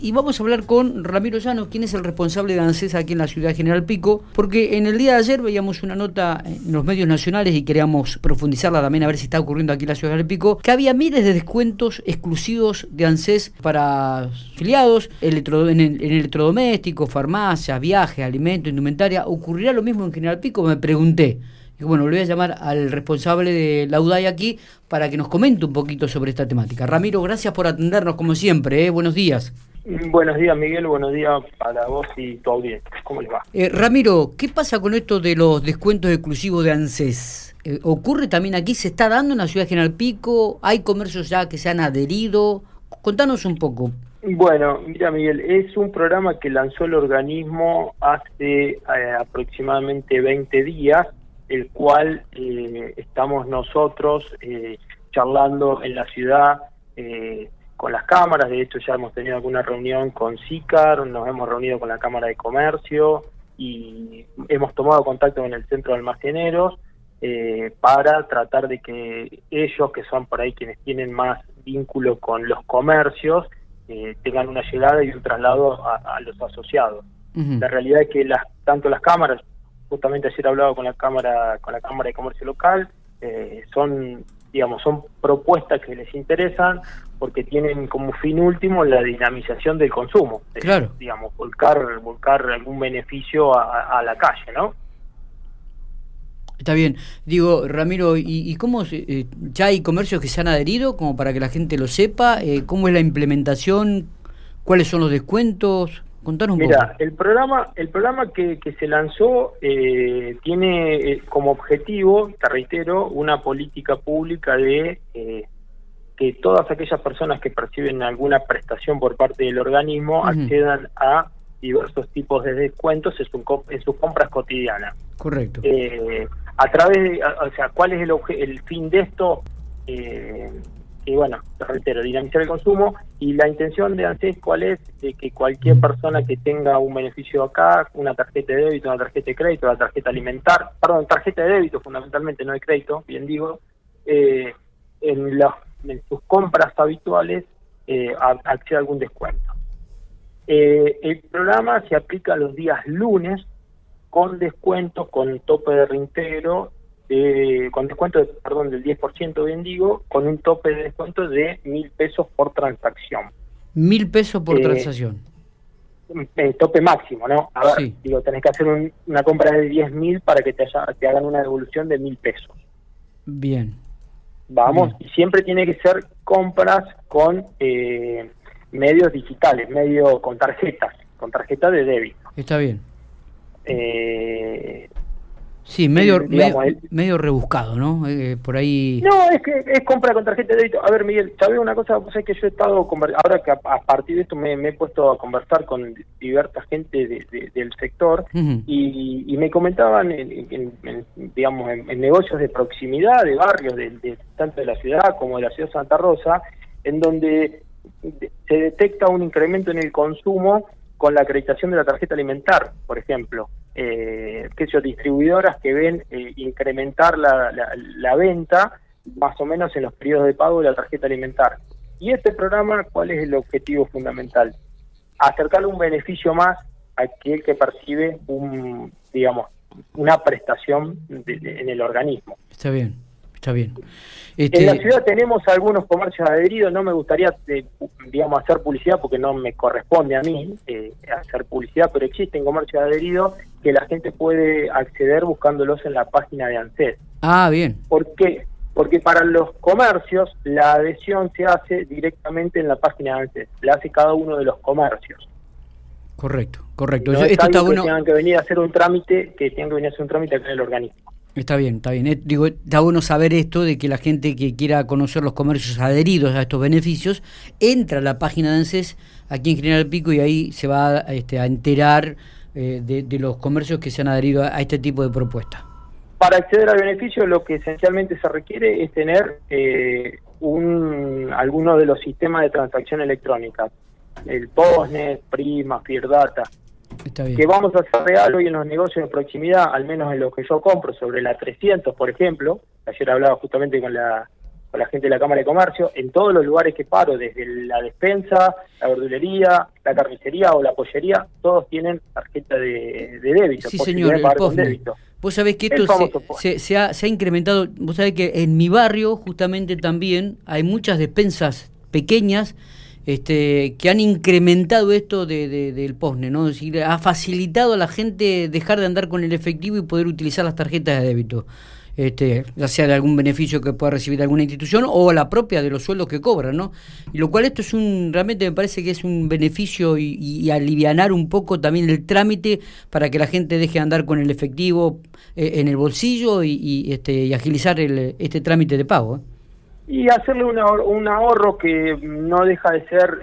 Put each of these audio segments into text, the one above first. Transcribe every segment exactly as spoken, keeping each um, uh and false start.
Y vamos a hablar con Ramiro Llanos, quien es el responsable de ANSES aquí en la ciudad de General Pico, porque en el día de ayer veíamos una nota en los medios nacionales y queríamos profundizarla también a ver si está ocurriendo aquí en la ciudad de General Pico, que había miles de descuentos exclusivos de ANSES para afiliados, electro, en, en electrodomésticos, farmacias, viajes, alimentos, indumentaria. ¿Ocurrirá lo mismo en General Pico? Me pregunté. Y bueno, le voy a llamar al responsable de la U D A I aquí para que nos comente un poquito sobre esta temática. Ramiro, gracias por atendernos como siempre, ¿eh? Buenos días. Buenos días, Miguel, buenos días para vos y tu audiencia. ¿Cómo les va? Eh, Ramiro, ¿qué pasa con esto de los descuentos exclusivos de ANSES? Eh, ¿Ocurre también aquí? ¿Se está dando en la ciudad de General Pico? ¿Hay comercios ya que se han adherido? Contanos un poco. Bueno, mira, Miguel, es un programa que lanzó el organismo hace eh, aproximadamente veinte días, el cual eh, estamos nosotros eh, charlando en la ciudad eh, con las cámaras. De hecho ya hemos tenido alguna reunión con SICAR, nos hemos reunido con la Cámara de Comercio y hemos tomado contacto con el Centro de Almaceneros eh, para tratar de que ellos, que son por ahí quienes tienen más vínculo con los comercios, eh, tengan una llegada y un traslado a, a los asociados. Uh-huh. La realidad es que las, tanto las cámaras, justamente ayer he hablado con la Cámara, con la Cámara de Comercio local, eh, son digamos, son propuestas que les interesan porque tienen como fin último la dinamización del consumo. Claro. Es, digamos, volcar, volcar algún beneficio a, a la calle, ¿no? Está bien. Digo, Ramiro, ¿y, y cómo eh, ya hay comercios que se han adherido como para que la gente lo sepa? Eh, ¿Cómo es la implementación? ¿Cuáles son los descuentos? Contanos un Mira, poco. el programa, el programa que, que se lanzó eh, tiene eh, como objetivo, te reitero, una política pública de eh, que todas aquellas personas que perciben alguna prestación por parte del organismo uh-huh. accedan a diversos tipos de descuentos en, su, en sus compras cotidianas. Correcto. Eh, a través de, a, o sea, ¿cuál es el, el fin de esto? Eh, que bueno, te reitero, dinamizar el consumo, y la intención de ANSES, ¿cuál es? De que cualquier persona que tenga un beneficio acá, una tarjeta de débito, una tarjeta de crédito, una tarjeta alimentar, perdón, tarjeta de débito fundamentalmente, no de crédito, bien digo, eh, en, la, en sus compras habituales eh, acceda a algún descuento. Eh, el programa se aplica los días lunes con descuentos, con tope de reintegro, Eh, con descuento de, perdón, del diez por ciento, bien digo, con un tope de descuento de mil pesos por transacción. Mil pesos por eh, transacción. Eh, tope máximo, ¿no? A ver, sí. digo, tenés que hacer un, una compra de diez mil para que te, haya, te hagan una devolución de mil pesos. Bien. Vamos, Bien. Y siempre tiene que ser compras con eh, medios digitales, medio con tarjetas, con tarjeta de débito. Está bien. Eh... Sí, medio, el, digamos, medio, el, medio rebuscado, ¿no? Eh, por ahí... No, es que es compra con tarjeta de débito. A ver, Miguel, ¿sabes una cosa? Vos sabés que yo he estado, ahora que a, a partir de esto me, me he puesto a conversar con diversa gente de, de, del sector uh-huh. y, y me comentaban, en, en, en, digamos, en, en negocios de proximidad, de barrios, de, de tanto de la ciudad como de la ciudad de Santa Rosa, en donde se detecta un incremento en el consumo con la acreditación de la tarjeta alimentar, por ejemplo. Eh, que son distribuidoras que ven eh, incrementar la, la, la venta más o menos en los periodos de pago de la tarjeta alimentar. Y este programa, ¿cuál es el objetivo fundamental? Acercarle un beneficio más a aquel que percibe un, digamos, una prestación de, de, en el organismo. Está bien, está bien. Este... En la ciudad tenemos algunos comercios adheridos, no me gustaría, eh, digamos, hacer publicidad porque no me corresponde a mí eh, hacer publicidad, pero existen comercios adheridos que la gente puede acceder buscándolos en la página de ANSES. Ah, bien. ¿Por qué? Porque para los comercios la adhesión se hace directamente en la página de ANSES, la hace cada uno de los comercios. Correcto, correcto. No Esto es está algo bueno. Que tengan que venir a hacer un trámite, que tengan que venir a hacer un trámite acá en el organismo. Está bien, está bien. Eh, digo, está bueno saber esto de que la gente que quiera conocer los comercios adheridos a estos beneficios entra a la página de ANSES aquí en General Pico y ahí se va este, a enterar eh, de, de los comercios que se han adherido a, a este tipo de propuesta. Para acceder al beneficio lo que esencialmente se requiere es tener eh, un alguno de los sistemas de transacción electrónica, el POSnet, Prima, Firdata. Está bien. Que vamos a hacer real hoy en los negocios de proximidad, al menos en los que yo compro, sobre la trescientos, por ejemplo. Ayer hablaba justamente con la con la gente de la Cámara de Comercio, en todos los lugares que paro, desde la despensa, la verdulería, la carnicería o la pollería, todos tienen tarjeta de, de débito. Sí, señor, el POSNE. Vos sabés que esto se, se, se, ha, se ha incrementado, vos sabés que en mi barrio justamente también hay muchas despensas pequeñas este, que han incrementado esto de, de, del POSNE, ¿no? Es decir, ha facilitado a la gente dejar de andar con el efectivo y poder utilizar las tarjetas de débito. Este, ya sea de algún beneficio que pueda recibir alguna institución o la propia de los sueldos que cobran, ¿no? Y lo cual esto es un, realmente me parece que es un beneficio y, y, y alivianar un poco también el trámite para que la gente deje de andar con el efectivo eh, en el bolsillo y, y, este, y agilizar el, este trámite de pago, ¿eh? Y hacerle un ahorro, un ahorro que no deja de ser,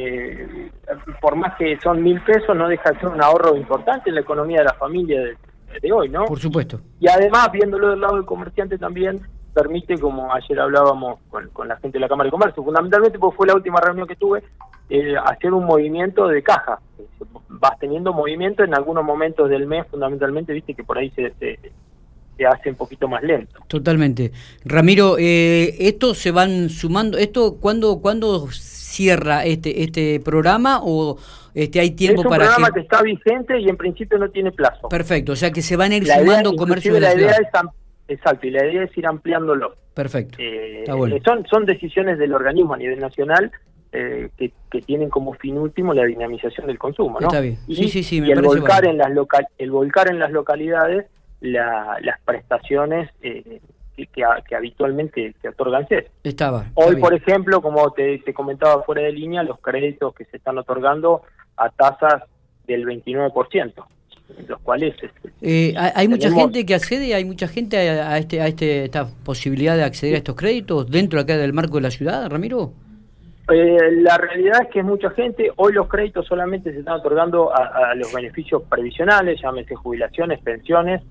eh, por más que son mil pesos, no deja de ser un ahorro importante en la economía de la familia de, de hoy, ¿no? Por supuesto. Y además, viéndolo del lado del comerciante también, permite, como ayer hablábamos con, con la gente de la Cámara de Comercio, fundamentalmente porque fue la última reunión que tuve, eh, hacer un movimiento de caja. Vas teniendo movimiento en algunos momentos del mes, fundamentalmente, viste que por ahí se... se se hace un poquito más lento. Totalmente. Ramiro, eh, ¿estos se van sumando? ¿Esto cuándo, cuándo cierra este este programa o este hay tiempo para que...? Es un programa que... que está vigente y en principio no tiene plazo. Perfecto, o sea que se van a ir la sumando idea, comercios de la, la ciudad. Idea es, exacto, y la idea es ir ampliándolo. Perfecto, eh, está bueno. Son, son decisiones del organismo a nivel nacional eh, que, que tienen como fin último la dinamización del consumo, ¿no? Está bien, y, sí, sí, sí, me y el parece volcar, bueno. en las local, el volcar en las localidades La, las prestaciones eh, que, que, que habitualmente se otorgan C E S. Estaba. Hoy, está por ejemplo, como te, te comentaba fuera de línea, los créditos que se están otorgando a tasas del veintinueve por ciento, los cuales... Eh, hay hay mucha tenemos... gente que accede, hay mucha gente a, a este a este esta posibilidad de acceder a estos créditos dentro acá del marco de la ciudad, Ramiro. Eh, la realidad es que es mucha gente. Hoy los créditos solamente se están otorgando a, a los beneficios previsionales, llámese jubilaciones, pensiones,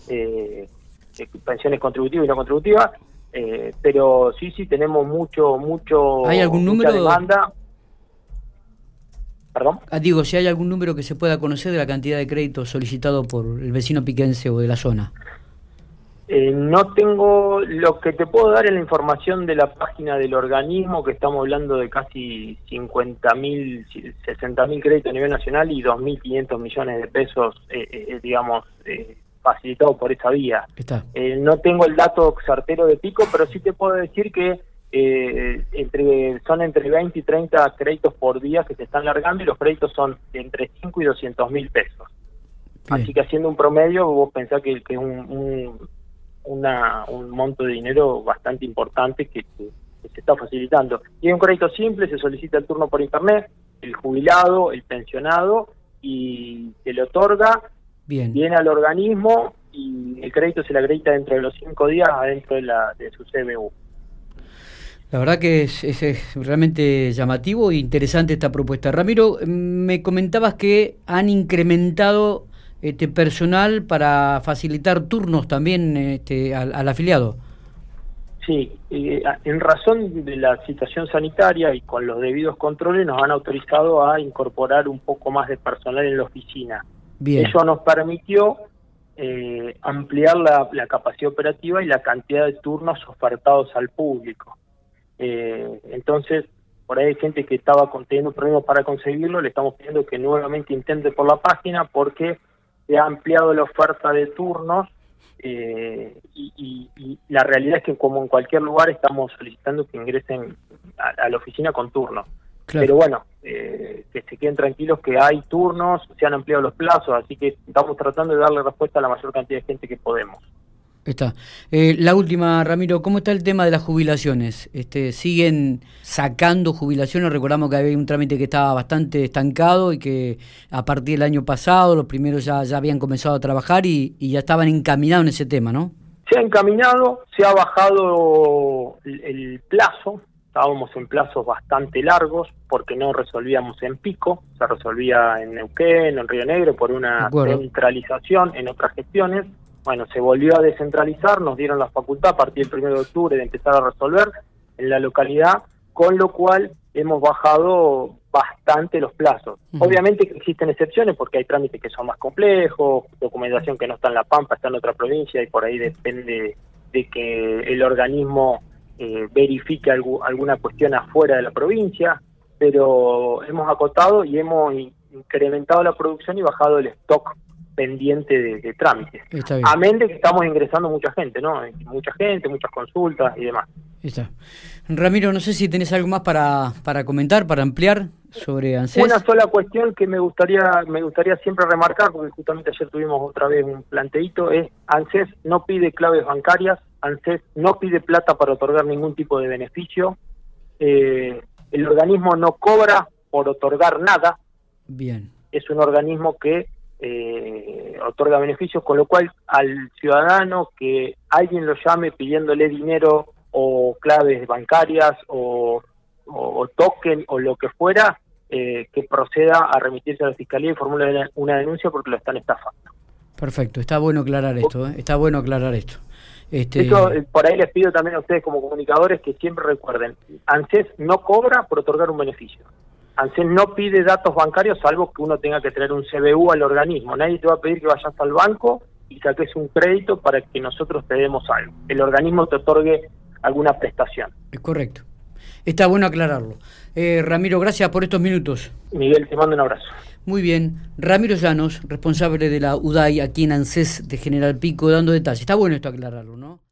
eh, pensiones contributivas y no contributivas, eh, pero sí, sí tenemos mucho, mucho ¿Hay algún mucha número? demanda. ¿Perdón? Ah, digo, si hay algún número que se pueda conocer de la cantidad de créditos solicitado por el vecino piquense o de la zona. Eh, no tengo, lo que te puedo dar es la información de la página del organismo, que estamos hablando de casi cincuenta mil, sesenta mil créditos a nivel nacional y dos mil quinientos millones de pesos, eh, eh, digamos, eh, facilitados por esa vía. Está. Eh, no tengo el dato certero de pico, pero sí te puedo decir que eh, entre son entre veinte y treinta créditos por día que se están largando y los créditos son entre cinco y doscientos mil pesos. Bien. Así que haciendo un promedio, vos pensás que, que es un... un Una, un monto de dinero bastante importante que, que, que se está facilitando. Y es un crédito simple, se solicita el turno por internet, el jubilado, el pensionado, y se le otorga, Bien. viene al organismo y el crédito se le acredita dentro de los cinco días adentro de, la, de su C B U. La verdad que es, es, es realmente llamativo e interesante esta propuesta. Ramiro, me comentabas que han incrementado este personal para facilitar turnos también este, al, al afiliado. Sí, eh, en razón de la situación sanitaria y con los debidos controles nos han autorizado a incorporar un poco más de personal en la oficina. Bien. Eso nos permitió eh, ampliar la, la capacidad operativa y la cantidad de turnos ofertados al público. Eh, entonces, por ahí hay gente que estaba teniendo problemas para conseguirlo, le estamos pidiendo que nuevamente intente por la página porque se ha ampliado la oferta de turnos eh, y, y, y la realidad es que como en cualquier lugar estamos solicitando que ingresen a, a la oficina con turnos. Claro. Pero bueno, eh, que se queden tranquilos que hay turnos, se han ampliado los plazos, así que estamos tratando de darle respuesta a la mayor cantidad de gente que podemos. Está. Eh, la última, Ramiro, ¿cómo está el tema de las jubilaciones? Este, ¿siguen sacando jubilaciones? Recordamos que había un trámite que estaba bastante estancado y que a partir del año pasado los primeros ya, ya habían comenzado a trabajar y, y ya estaban encaminados en ese tema, ¿no? Se ha encaminado, se ha bajado el, el plazo, estábamos en plazos bastante largos porque no resolvíamos en Pico, se resolvía en Neuquén, en Río Negro por una centralización en otras gestiones. Bueno, se volvió a descentralizar, nos dieron la facultad a partir del primero de octubre de empezar a resolver en la localidad, con lo cual hemos bajado bastante los plazos. Uh-huh. Obviamente que existen excepciones porque hay trámites que son más complejos, documentación que no está en La Pampa, está en otra provincia y por ahí depende de que el organismo eh, verifique algo, alguna cuestión afuera de la provincia, pero hemos acotado y hemos incrementado la producción y bajado el stock pendiente de, de trámites. Amén de que estamos ingresando mucha gente, ¿no? Mucha gente, muchas consultas y demás. Está. Ramiro, no sé si tenés algo más para, para comentar, para ampliar sobre ANSES. Una sola cuestión que me gustaría me gustaría siempre remarcar, porque justamente ayer tuvimos otra vez un planteíto, es ANSES no pide claves bancarias, ANSES no pide plata para otorgar ningún tipo de beneficio, eh, el organismo no cobra por otorgar nada. Bien. Es un organismo que eh, otorga beneficios, con lo cual al ciudadano que alguien lo llame pidiéndole dinero o claves bancarias o, o, o token o lo que fuera, eh, que proceda a remitirse a la Fiscalía y formule una denuncia porque lo están estafando. Perfecto, está bueno aclarar esto, ¿eh? Está bueno aclarar esto. Este... Eso, por ahí les pido también a ustedes como comunicadores que siempre recuerden, ANSES no cobra por otorgar un beneficio. ANSES no pide datos bancarios salvo que uno tenga que tener un C B U al organismo. Nadie te va a pedir que vayas al banco y saques un crédito para que nosotros te demos algo. El organismo te otorgue alguna prestación. Es correcto. Está bueno aclararlo. Eh, Ramiro, gracias por estos minutos. Miguel, te mando un abrazo. Muy bien. Ramiro Llanos, responsable de la U D A I aquí en ANSES de General Pico, dando detalles. Está bueno esto aclararlo, ¿no?